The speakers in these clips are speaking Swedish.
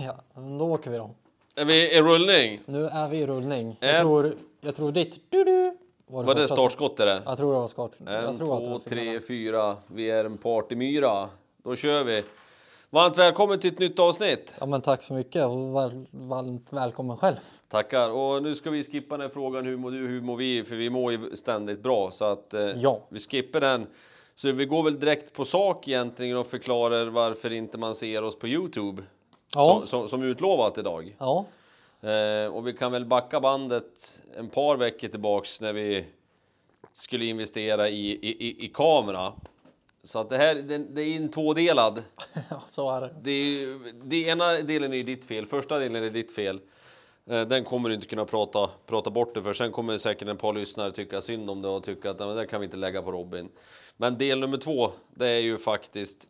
Ja, då åker vi då. Är vi i rullning? Nu är vi i rullning. Ett. Jag tror ditt Var det startskott är det? Jag tror det var skott. 1, 2, 3, 4. Vi är en partymyra. Då kör vi. Varmt välkommen till ett nytt avsnitt. Ja, men tack så mycket och varmt välkommen själv. Tackar. Och nu ska vi skippa den här frågan, hur mår du, hur mår vi? För vi mår ju ständigt bra, så att vi skippar den. Så vi går väl direkt på sak egentligen och förklarar varför inte man ser oss på YouTube. Ja. Som utlovat idag. Ja. Och vi kan väl backa bandet en par veckor tillbaks när vi skulle investera i kamera. Så att det här, det är en tvådelad. Ja, så är det. Det ena delen är ditt fel, första delen är ditt fel. Den kommer du inte kunna prata bort det för. Sen kommer säkert en par lyssnare tycka synd om det och tycka att det kan vi inte lägga på Robin. Men del nummer 2, det är ju faktiskt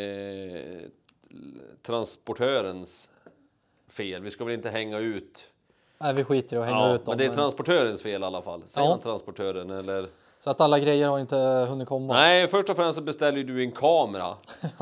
transportörens fel. Vi ska väl inte hänga ut. Nej, vi skiter i att hänga ut dem. Men det är transportörens fel i alla fall. Säger man transportören eller? Så att alla grejer har inte hunnit komma. Nej, först och främst så beställer du en kamera.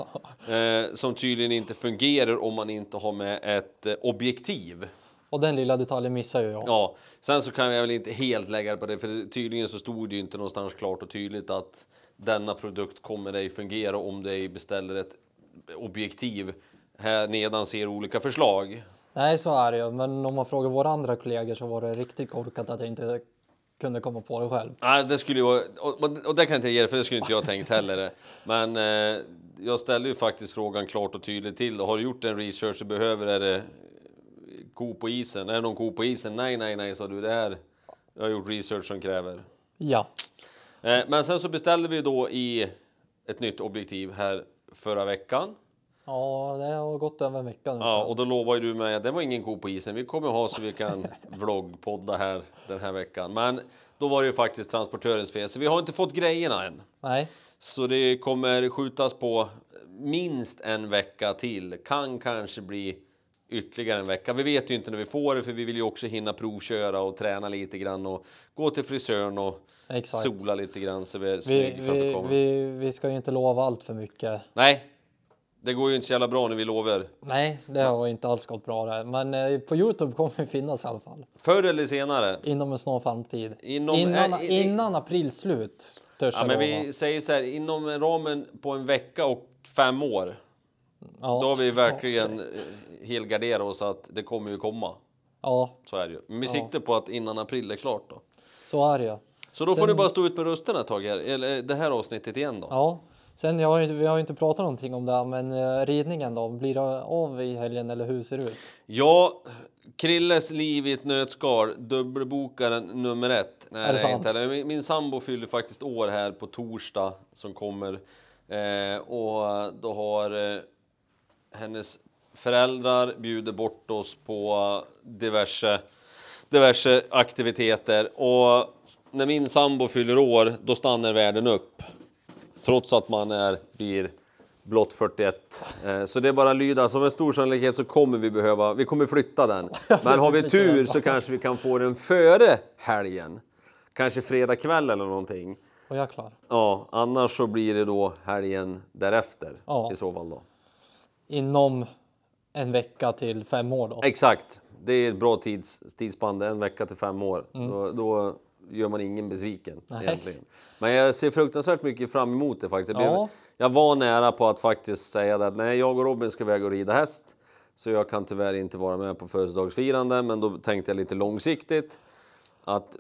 Som tydligen inte fungerar om man inte har med ett objektiv. Och den lilla detaljen missar ju jag. Ja, sen så kan jag väl inte helt lägga det på det. För tydligen så stod det ju inte någonstans klart och tydligt att denna produkt kommer ej fungera om du beställer ett objektiv. Här nedan ser olika förslag. Nej, så är det ju. Men om man frågar våra andra kollegor så var det riktigt korkat att jag inte kunde komma på det själv. Nej, det skulle ju vara, och det kan jag inte ge, för det skulle inte jag tänkt heller. Men jag ställde ju faktiskt frågan klart och tydligt till. Har du gjort en research så behöver det ko på isen. Är det någon ko på isen? Nej, sa du. Det här, jag har gjort research som kräver. Ja. Men sen så beställde vi då i ett nytt objektiv här förra veckan. Ja, det har gått över en vecka nu. Ja, och då lovade du mig att det var ingen ko på isen. Vi kommer ha så vi kan vloggpodda här den här veckan. Men då var det ju faktiskt transportörens fel. Så vi har inte fått grejerna än. Nej. Så det kommer skjutas på minst en vecka till. Kan kanske bli ytterligare en vecka. Vi vet ju inte när vi får det, för vi vill ju också hinna provköra och träna lite grann och gå till frisören och sola lite grann så vi är snygg framför kameran. Vi ska ju inte lova allt för mycket. Nej, det går ju inte så jävla bra när vi lovar. Nej, det har inte alls gått bra där. Men på YouTube kommer det finnas i alla fall. Förr eller senare. Inom en snar framtid. Innan april slut. Ja, men vi säger så här, inom ramen på en vecka och 5 år. Ja, då har vi verkligen helgarderat oss att det kommer ju komma. Ja. Så är det ju. Men vi siktar på att innan april är klart då. Så är det ju. Så då får ni bara stå ut med rösten ett tag här. Eller det här avsnittet igen då. Ja. Sen vi har ju inte pratat någonting om det här, men ridningen då, blir det av i helgen eller hur ser det ut? Ja, Krilles liv i ett nötskal, dubbelbokaren nummer 1. Nej, det är inte heller. Min sambo fyller faktiskt år här på torsdag som kommer. Och då har hennes föräldrar bjuder bort oss på diverse aktiviteter. Och när min sambo fyller år, då stannar världen upp. Trots att man blir blott 41. Så det är bara lyda. Som en stor sannolikhet så kommer vi kommer flytta den. Men har vi tur så kanske vi kan få den före helgen. Kanske fredag kväll eller någonting. Och jag är klar. Ja, annars så blir det då helgen därefter. Ja. I så fall då. Inom en vecka till 5 år då. Exakt. Det är ett bra tidsspann. En vecka till 5 år. Då gör man ingen besviken egentligen. Men jag ser fruktansvärt mycket fram emot det faktiskt. Jag var nära på att faktiskt säga att nej, jag och Robin ska väga och rida häst. Så jag kan tyvärr inte vara med på födelsedagsfirande. Men då tänkte jag lite långsiktigt. Att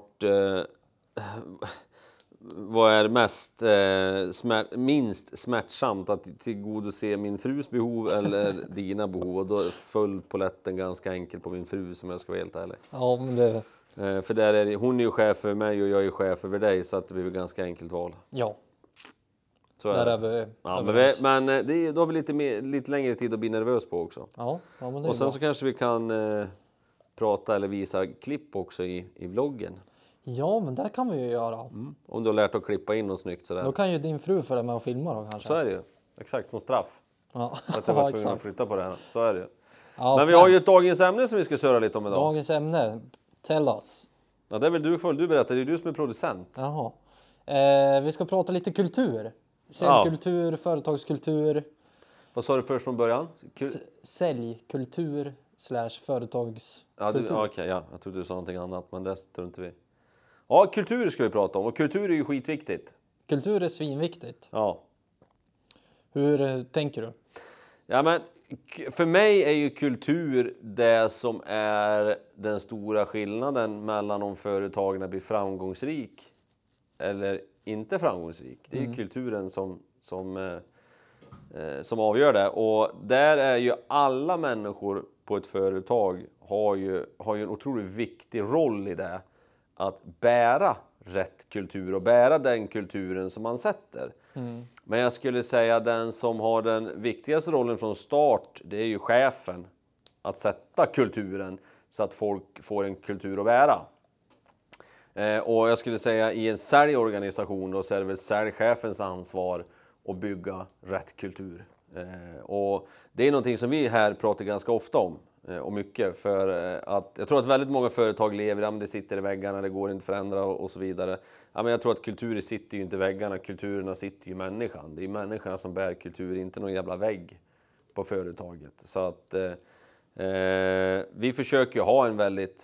vad är minst smärtsamt, att tillgodose min frus behov eller dina behov. Och då föll poletten ganska enkelt på min fru, som jag ska vara helt ärlig. Ja, men det... För där hon är ju chef för mig och jag är chef över dig, så att det blir ett ganska enkelt val. Ja. Så där är vi men då har vi lite längre tid att bli nervös på också. Ja, men det är och sen bra. Så kanske vi kan prata eller visa klipp också i vloggen. Ja, men det kan vi ju göra. Om du har lärt att klippa in och snyggt sådär. Då kan ju din fru följa med och filma då kanske. Så är det ju. Exakt, som straff. Ja, för att jag var tvungen att flytta på det här. Så är det ju. Ja, men vi har ju ett dagens ämne som vi ska köra lite om idag. Dagens ämne, tell us. Ja, det är väl du berättar, det är du som är producent. Jaha. Vi ska prata lite kultur. Säljkultur, företagskultur. Vad sa du först från början? Säljkultur / företagskultur. Okej, jag trodde du sa någonting annat, men det tror inte vi. Ja, kultur ska vi prata om, och kultur är ju skitviktigt. Kultur är svinviktigt. Ja. Hur tänker du? Ja, men för mig är ju kultur det som är den stora skillnaden mellan om företagen blir framgångsrik eller inte framgångsrik. Det är ju kulturen som avgör det, och där är ju alla människor på ett företag har ju en otroligt viktig roll i det, att bära rätt kultur och bära den kulturen som man sätter. Men jag skulle säga den som har den viktigaste rollen från start, det är ju chefen, att sätta kulturen så att folk får en kultur att bära. Och jag skulle säga i en säljorganisation då, så är det väl säljchefens ansvar att bygga rätt kultur. Och det är någonting som vi här pratar ganska ofta om och mycket, för att jag tror att väldigt många företag lever, det sitter i väggarna, det går inte att förändra och så vidare. Ja, men jag tror att kulturer sitter ju inte i väggarna, kulturerna sitter ju i människan. Det är människorna som bär kultur, inte någon jävla vägg på företaget. Så att vi försöker ju ha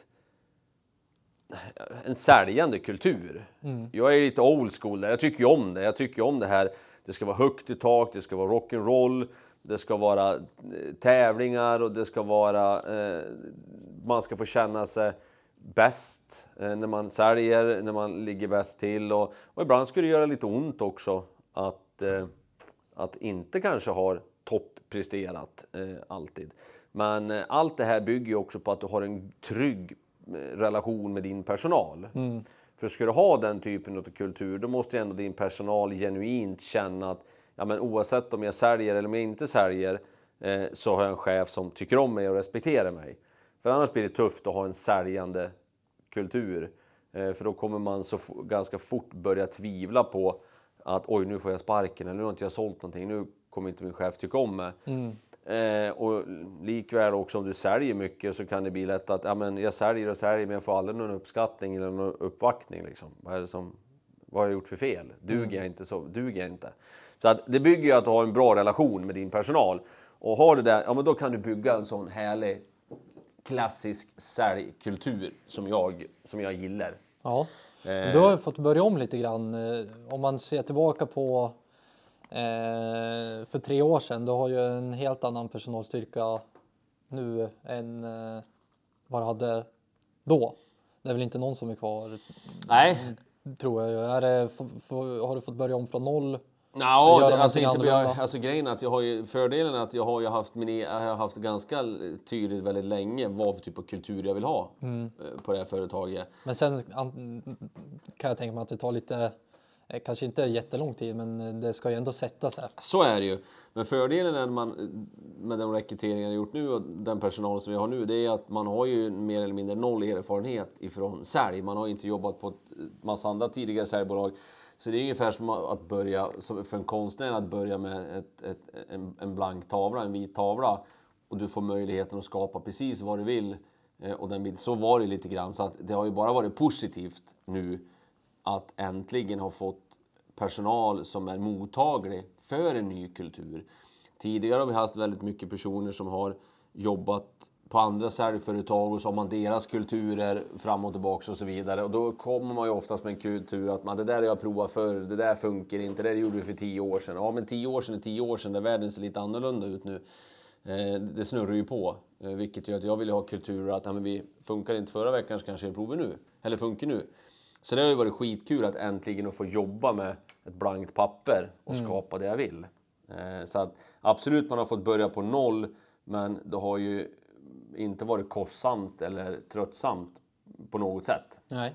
en säljande kultur. Jag är lite old school där. Jag tycker ju om det. Jag tycker om det här. Det ska vara högt i tak, det ska vara rock'n'roll, det ska vara tävlingar, och det ska vara man ska få känna sig bäst när man säljer, när man ligger bäst till, och ibland skulle det göra lite ont också att inte kanske har toppresterat alltid. Men allt det här bygger ju också på att du har en trygg relation med din personal. För ska du ha den typen av kultur, då måste ändå din personal genuint känna att ja, men oavsett om jag säljer eller om jag inte säljer, så har jag en chef som tycker om mig och respekterar mig. För annars blir det tufft att ha en säljande kultur. För då kommer man ganska fort börja tvivla på att oj, nu får jag sparken, eller nu har inte jag sålt någonting, nu kommer inte min chef tycka om mig. Och likväl också om du säljer mycket, så kan det bli lätt att ja, men jag säljer men jag får aldrig någon uppskattning eller någon uppvaktning liksom. Vad har jag gjort för fel? Duger jag inte så? Duger jag inte? Så att det bygger ju att du har en bra relation med din personal, och har du det, ja men då kan du bygga en sån härlig klassisk säljkultur som jag gillar. Ja. Du har ju fått börja om lite grann. Om man ser tillbaka på för 3 år sedan, då har ju en helt annan personalstyrka nu än vad du hade då. Det är väl inte någon som är kvar? Nej. Tror jag. Har du fått börja om från noll? Ja, grejen är att jag har ju fördelen att jag har haft ganska tydligt väldigt länge vad för typ av kultur jag vill ha på det här företaget. Men sen kan jag tänka mig att det tar lite, kanske inte jättelång tid, men det ska ju ändå sätta sig. Så är det ju. Men fördelen är med den rekryteringen jag har gjort nu och den personal som vi har nu, det är att man har ju mer eller mindre noll erfarenhet ifrån sälj. Man har inte jobbat på ett massa andra tidigare säljbolag. Så det är ungefär som att börja, för en konstnär att börja med en blank tavla, en vit tavla, och du får möjligheten att skapa precis vad du vill. Och så var det lite grann, så att det har ju bara varit positivt nu att äntligen ha fått personal som är mottaglig för en ny kultur. Tidigare har vi haft väldigt mycket personer som har jobbat på andra säljföretag, och så har man deras kulturer fram och tillbaka och så vidare. Och då kommer man ju oftast med en kultur att det där har jag provat förr, det där funkar inte, det där gjorde vi för 10 år sedan. Ja, men 10 år sedan är 10 år sedan, där världen ser lite annorlunda ut nu. Det snurrar ju på, vilket gör att jag vill ha kulturer att men vi funkar inte förra veckan, så kanske jag provar nu, eller funkar nu. Så det har ju varit skitkul att äntligen få jobba med ett blankt papper och skapa det jag vill. Så att absolut, man har fått börja på noll, men det har ju inte varit kostsamt eller tröttsamt på något sätt. Nej.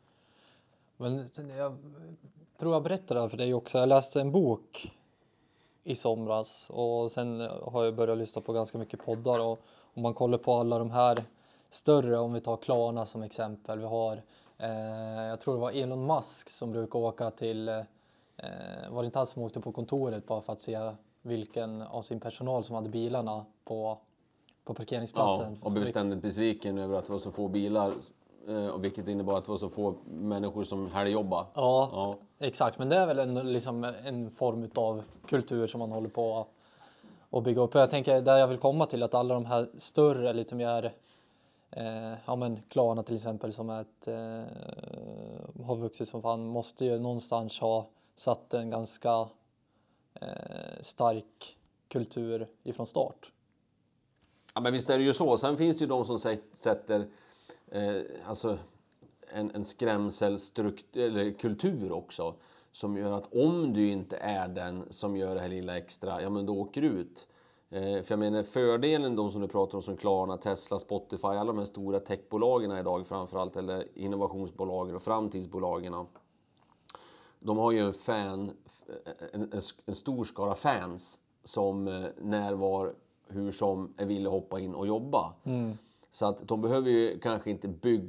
Men jag tror jag berättade för dig också. Jag läste en bok i somras, och sen har jag börjat lyssna på ganska mycket poddar, och om man kollar på alla de här större, om vi tar Klarna som exempel, vi har jag tror det var Elon Musk som brukar åka till var det inte han som åkte på kontoret bara för att se vilken av sin personal som hade bilarna på parkeringsplatsen. Ja, och blev ständigt besviken över att det var så få bilar, och vilket innebar att det var så få människor som helgjobbar. Ja, exakt. Men det är väl liksom en form av kultur som man håller på och bygga upp. Jag tänker där jag vill komma till att alla de här större, lite mer Klarna till exempel som har vuxit som fan, måste ju någonstans ha satt en ganska stark kultur ifrån start. Ja, men visst är det ju så. Sen finns det ju de som sätter alltså en skrämselstruktur eller kultur också, som gör att om du inte är den som gör det här lilla extra, ja men då åker du ut. För jag menar, fördelen, de som du pratar om som Klarna, Tesla, Spotify, alla de här stora techbolagen idag framförallt, eller innovationsbolagen och framtidsbolagen, de har ju en stor skara fans som när hur som är villiga hoppa in och jobba. Så att de behöver ju kanske inte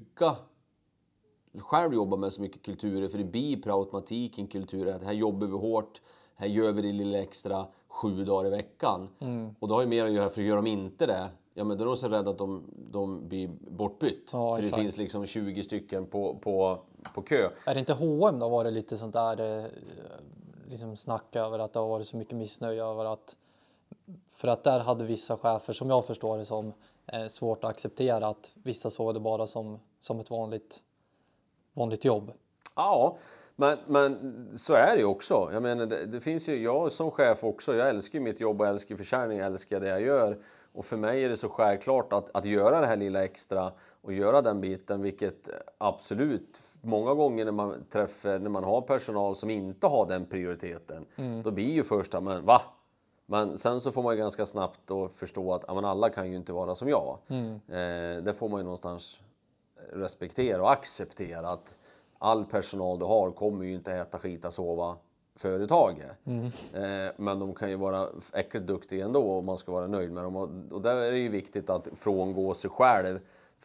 själv jobba med så mycket kulturer, för det blir per automatik en kultur att här jobbar vi hårt, här gör vi det lilla extra 7 dagar i veckan. Och det har ju mer att göra, för gör de inte det, ja men då är de så rädda att de blir bortbytt. Ja, för exakt. Det finns liksom 20 stycken på kö. Är det inte H&M då, var det lite sånt där liksom snack över att det har varit så mycket missnöje över att, för att där hade vissa chefer, som jag förstår det som, svårt att acceptera att vissa såg det bara som ett vanligt jobb. Ja, men så är det ju också. Jag menar, det finns ju, jag som chef också, jag älskar mitt jobb och älskar försäljning, jag älskar det jag gör. Och för mig är det så självklart att göra det här lilla extra och göra den biten, vilket absolut många gånger när man har personal som inte har den prioriteten, då blir ju första, men va? Men sen så får man ju ganska snabbt då förstå att men alla kan ju inte vara som jag. Det får man ju någonstans respektera och acceptera, att all personal du har kommer ju inte äta, skita, sova företaget. Men de kan ju vara äckligt duktiga ändå och man ska vara nöjd med dem. Och där är det ju viktigt att frångå sig själv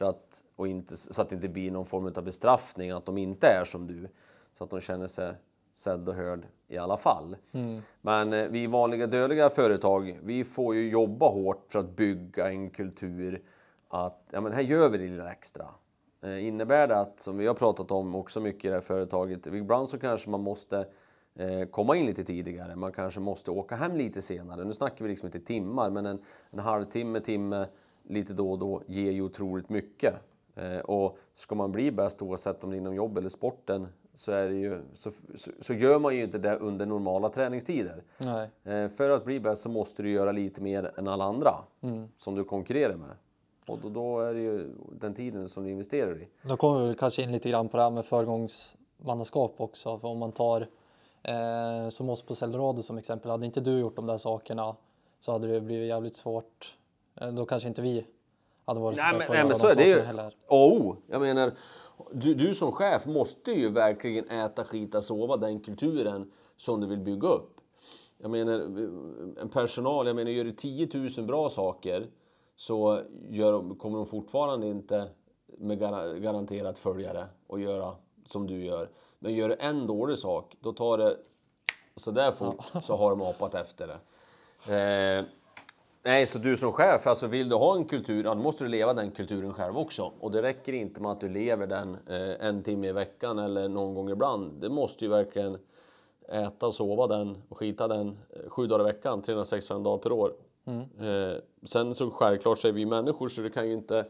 så att det inte blir någon form av bestraffning att de inte är som du. Så att de känner sig sedd och hörd i alla fall. Men vi vanliga dödliga företag, vi får ju jobba hårt för att bygga en kultur att men här gör vi det lilla extra. Innebär det att, som vi har pratat om också mycket i det här företaget, ibland så kanske man måste komma in lite tidigare, man kanske måste åka hem lite senare. Nu snackar vi liksom inte timmar, men en halvtimme lite då och då ger ju otroligt mycket. Och ska man bli bäst, oavsett om det är inom jobb eller sporten, så är det ju så gör man ju inte det under normala träningstider. Nej. För att bli bäst så måste du göra lite mer än alla andra som du konkurrerar med. Och då är det ju den tiden som du investerar i. Då kommer vi kanske in lite grann på det här med föregångsmannaskap också. För om man tar som oss på Eldorado som exempel. Hade inte du gjort de där sakerna så hade det blivit jävligt svårt. Då kanske inte vi hade varit nej, men så är det ju heller. Jag menar, du som chef måste ju verkligen äta, skita, sova den kulturen som du vill bygga upp. Jag menar, en personal, gör du 10 000 bra saker, så kommer de fortfarande inte med garanterat följare och göra som du gör. Men gör du en dålig sak, då tar det så där fort, så har de apat efter det. Nej, så du som chef, alltså vill du ha en kultur, då måste du leva den kulturen själv också. Och det räcker inte med att du lever den en timme i veckan eller någon gång ibland. Det måste ju verkligen äta och sova den och skita den 7 dagar i veckan, 365 dagar per år. Sen så självklart så är vi människor, så du kan ju inte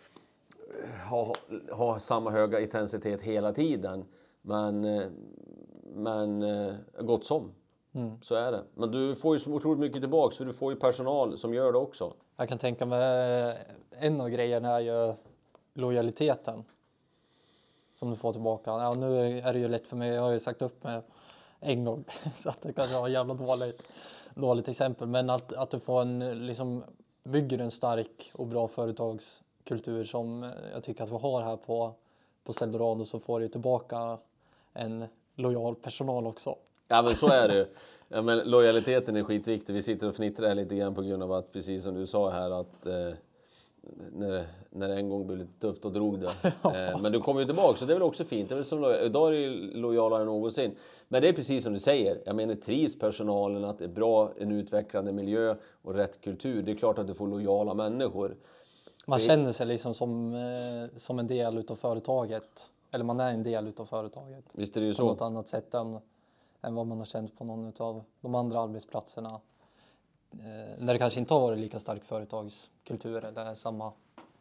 ha samma höga intensitet hela tiden. Men gott som. Så är det. Men du får ju så otroligt mycket tillbaka, så du får ju personal som gör det också. Jag kan tänka mig en av grejerna är ju lojaliteten som du får tillbaka. Ja, nu är det ju lätt för mig, jag har ju sagt upp mig en gång så att det kanske var jävla dåligt exempel, men att du får bygger en stark och bra företagskultur som jag tycker att vi har här på Eldorado, så får du tillbaka en lojal personal också. Ja, men så är det ju. Ja, men lojaliteten är skitviktig. Vi sitter och fnittrar här lite grann på grund av att, precis som du sa här, att när det en gång blev lite tufft och drog det. Men du kommer ju tillbaka, så det är väl också fint. Det är väl som idag är det lojalare än någonsin. Men det är precis som du säger. Jag menar, trivs personalen, att det är bra, en utvecklande miljö och rätt kultur. Det är klart att du får lojala människor. Man känner sig liksom som en del utav företaget. Eller man är en del utav företaget. Visst är det ju så. På något annat sätt än vad man har känt på någon utav de andra arbetsplatserna. när det kanske inte har varit lika stark företagskultur eller samma.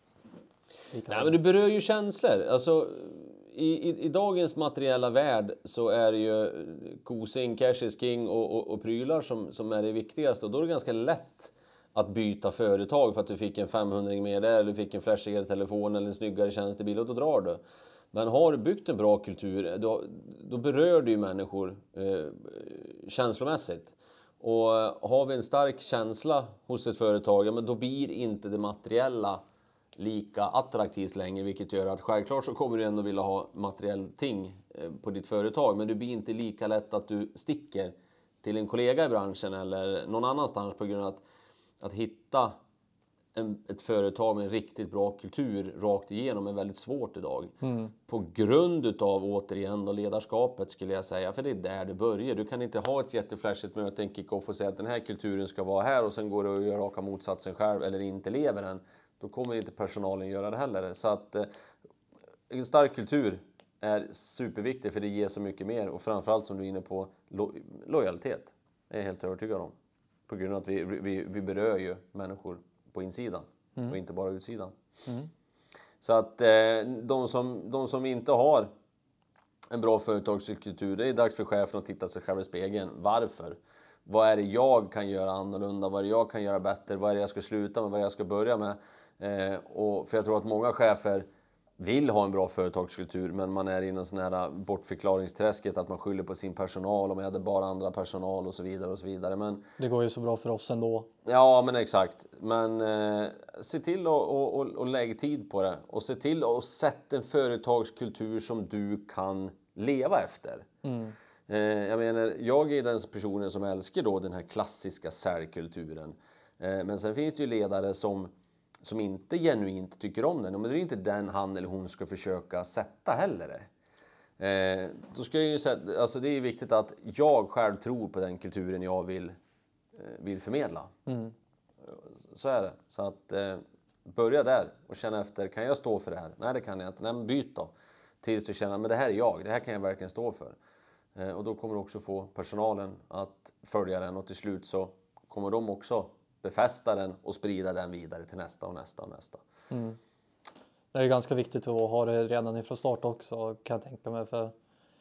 Nej, men det berör ju känslor. Alltså i dagens materiella värld så är det ju kosing, cash is king och prylar som är det viktigaste. Och då är det ganska lätt att byta företag för att du fick en 500 mer där, eller du fick en flashigare telefon eller en snyggare tjänstebil, och då drar du. Men har du byggt en bra kultur, då berör du ju människor känslomässigt. Och har vi en stark känsla hos ett företag, ja, men då blir inte det materiella lika attraktivt längre, vilket gör att självklart så kommer du ändå vilja ha materiell ting på ditt företag, men det blir inte lika lätt att du sticker till en kollega i branschen eller någon annanstans på grund av att hitta ett företag med en riktigt bra kultur rakt igenom är väldigt svårt idag. På grund utav återigen då ledarskapet, skulle jag säga, för det är där det börjar. Du kan inte ha ett jätteflashigt möte, en kick-off och säga att den här kulturen ska vara här och sen går det att göra raka motsatsen själv eller inte lever den. Då kommer inte personalen göra det heller. Så att en stark kultur är superviktig, för det ger så mycket mer, och framförallt som du är inne på lojalitet. Det är jag helt övertygad om. På grund av att vi berör ju människor på insidan och inte bara utsidan. Så att de som inte har en bra företagskultur, det är dags för chefen att titta sig själv i spegeln. Varför? Vad är det jag kan göra annorlunda? Vad är det jag kan göra bättre? Vad är det jag ska sluta med? Vad är det jag ska börja med? Och för jag tror att många chefer vill ha en bra företagskultur, men man är i någon sån här bortförklaringsträsket att man skyller på sin personal, om jag hade bara andra personal och så vidare och så vidare. Men det går ju så bra för oss ändå. Ja, men exakt. Men se till och lägg tid på det, och se till att sätta en företagskultur som du kan leva efter. Jag menar, jag är den personen som älskar då den här klassiska säljkulturen. Men sen finns det ju ledare som inte genuint tycker om den. Men det är inte den han eller hon ska försöka sätta heller. Då ska jag ju säga, alltså det är viktigt att jag själv tror på den kulturen jag vill förmedla. Så är det. Så att börja där och känna efter, kan jag stå för det här? Nej, det kan jag inte. Nej, men byt då. Tills du känner, men det här är jag. Det här kan jag verkligen stå för. Och då kommer du också få personalen att följa den, och till slut så kommer de också befästa den och sprida den vidare till nästa och nästa och nästa. Det är ganska viktigt att ha det redan ifrån start också, kan jag tänka mig, för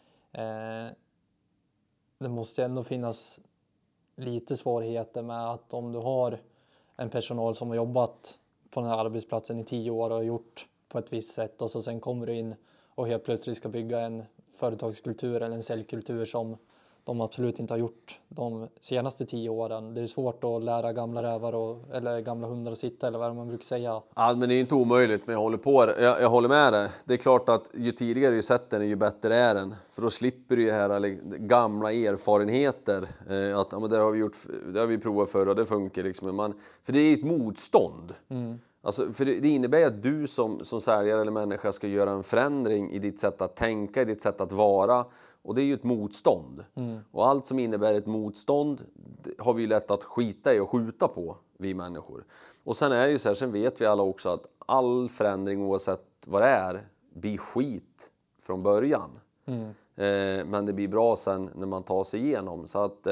det måste ändå finnas lite svårigheter med att om du har en personal som har jobbat på den här arbetsplatsen i 10 år och har gjort på ett visst sätt, och så sen kommer du in och helt plötsligt ska bygga en företagskultur eller en säljkultur som de absolut inte har gjort de senaste 10 åren. Det är svårt att lära gamla rävar eller gamla hundar att sitta, eller vad man brukar säga. Ja, men det är inte omöjligt, men jag håller med dig. Det är klart att ju tidigare du sätter den, ju bättre är den. För då slipper du ju här gamla erfarenheter. Att men det har vi provat förr och det funkar liksom. För det är ett motstånd. Alltså, för det innebär ju att du som säljare eller människa ska göra en förändring i ditt sätt att tänka, i ditt sätt att vara. Och det är ju ett motstånd. Och allt som innebär ett motstånd har vi lätt att skita i och skjuta på, vi människor. Och sen är det ju så här, sen vet vi alla också att all förändring, oavsett vad det är, blir skit från början. Men det blir bra sen när man tar sig igenom. Så att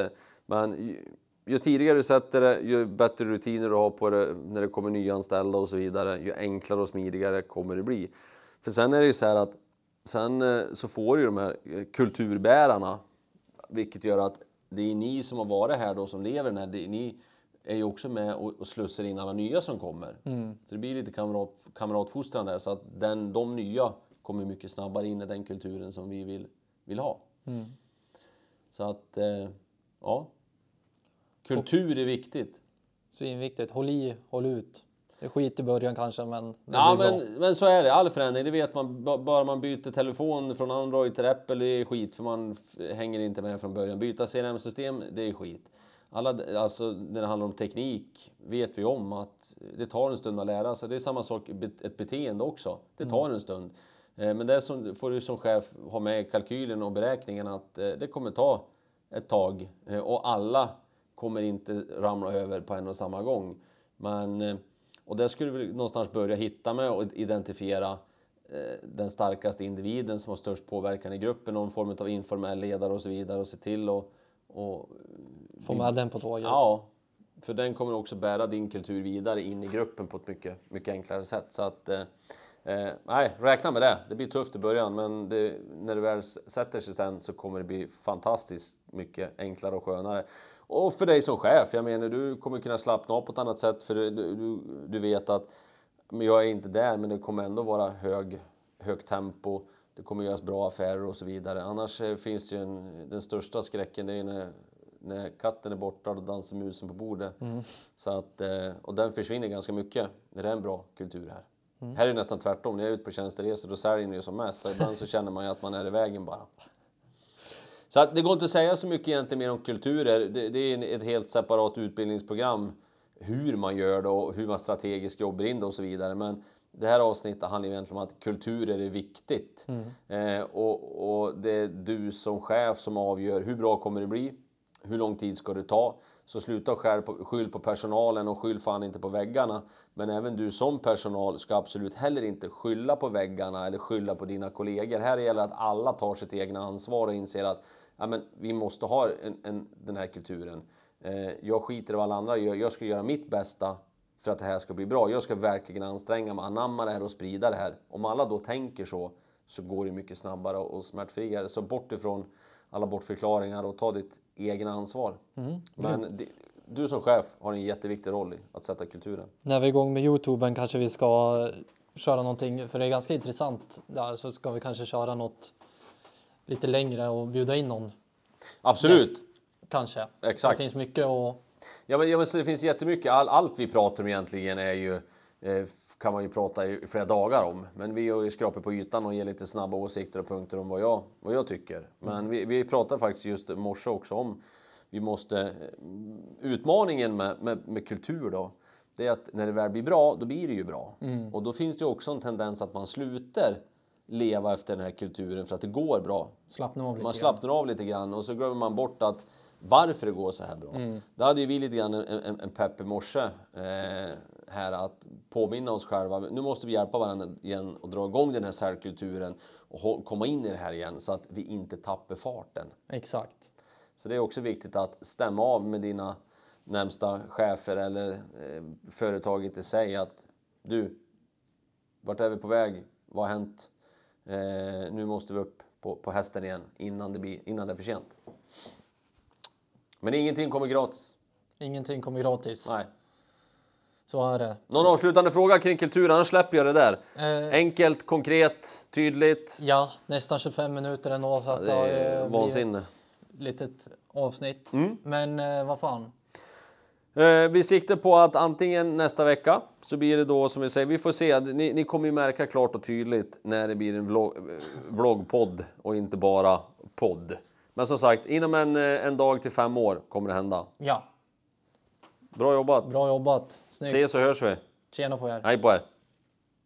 ju tidigare du sätter det, ju bättre rutiner du har på det när det kommer nyanställda och så vidare, ju enklare och smidigare kommer det bli. För sen är det ju så här att sen så får ju de här kulturbärarna, vilket gör att det är ni som har varit här då, som lever den här, ni är ju också med och slussar in alla nya som kommer. Så det blir lite kamratfostran där, så att de nya kommer mycket snabbare in i den kulturen som vi vill ha. Så att ja, kultur är viktigt. Så är det viktigt. Håll i, håll ut. Det är skit i början kanske, men det ja, blir bra. Men så är det. All förändring, det vet man. Bara man byter telefon från Android till Apple, det är skit. För man hänger inte med från början. Byta CRM-system, det är skit. Alltså när det handlar om teknik vet vi om att det tar en stund att lära sig. Det är samma sak, ett beteende också. Det tar en stund. Men det får du som chef ha med i kalkylen och beräkningen att det kommer ta ett tag. Och alla kommer inte ramla över på en och samma gång. Och där skulle vi någonstans börja hitta med och identifiera den starkaste individen som har störst påverkan i gruppen, någon form av informell ledare och så vidare, och se till och få med den på tåget. Ja, För den kommer också bära din kultur vidare in i gruppen på ett mycket, mycket enklare sätt. Så att, nej, räkna med det. Det blir tufft i början, men när det väl sätter sig sen så kommer det bli fantastiskt mycket enklare och skönare. Och för dig som chef, jag menar, du kommer kunna slappna av på ett annat sätt, för du vet att jag är inte där, men det kommer ändå vara högt tempo. Det kommer göras bra affärer och så vidare. Annars finns det ju den största skräcken, det är när katten är borta och dansar musen på bordet. Så att, och den försvinner ganska mycket när det är en bra kultur här. Här är det nästan tvärtom. När jag är ute på tjänsteresor, då säljer ni som mest. Så ibland så känner man ju att man är i vägen bara. Så att det går inte att säga så mycket egentligen mer om kulturer. Det är ett helt separat utbildningsprogram. Hur man gör det och hur man strategiskt jobbar in det och så vidare. Men det här avsnittet handlar ju egentligen om att kulturer är viktigt. Och det är du som chef som avgör hur bra kommer det bli. Hur lång tid ska det ta? Så sluta skyll på personalen och skyll fan inte på väggarna. Men även du som personal ska absolut heller inte skylla på väggarna eller skylla på dina kollegor. Här gäller att alla tar sitt egna ansvar och inser att ja, men vi måste ha den här kulturen. Jag skiter i vad alla andra gör. Jag ska göra mitt bästa för att det här ska bli bra. Jag ska verkligen anstränga mig, anamma det här och sprida det här. Om alla då tänker så går det mycket snabbare och smärtfriare. Så bort ifrån alla bortförklaringar och ta ditt egna ansvar. Men du som chef har en jätteviktig roll i att sätta kulturen. När vi är igång med YouTuben kanske vi ska köra någonting, för det är ganska intressant. Där så ska vi kanske köra något lite längre och bjuda in någon. Absolut. Gäst, kanske. Exakt. Det finns mycket att... Ja, men det finns jättemycket. Allt vi pratar om egentligen är ju kan man ju prata i flera dagar om. Men vi har ju skrapat på ytan och ger lite snabba åsikter och punkter om vad jag tycker. Men vi pratar faktiskt just morse också om vi måste utmaningen med kultur då. Det är att när det väl blir bra, då blir det ju bra. Och då finns det ju också en tendens att man slutar leva efter den här kulturen för att det går bra. Man slappnar av lite grann och så glömmer man bort att varför det går så här bra. Det hade ju vi lite grann en pepp i morse här att påminna oss själva. Nu måste vi hjälpa varandra igen och dra igång den här särkulturen och komma in i det här igen så att vi inte tappar farten. Exakt. Så det är också viktigt att stämma av med dina närmsta chefer eller företaget i sig att du, vart är vi på väg? Vad har hänt? Nu måste vi upp på hästen igen innan det är för sent. Men ingenting kommer gratis. Ingenting kommer gratis. Nej. Så är det. Någon avslutande fråga kring kulturen, annars släpper jag det där. Enkelt, konkret, tydligt. Ja, nästan 25 minuter ändå så att det är vansinne. Litet avsnitt. Men vad fan. Vi siktar på att antingen nästa vecka så blir det då som vi säger, vi får se. Ni kommer ju märka klart och tydligt när det blir en vloggpodd och inte bara podd. Men som sagt, inom en dag till 5 år kommer det hända. Ja. Bra jobbat. Bra jobbat. Snyggt. Ses och hörs vi. Tjena på er. Hej på er.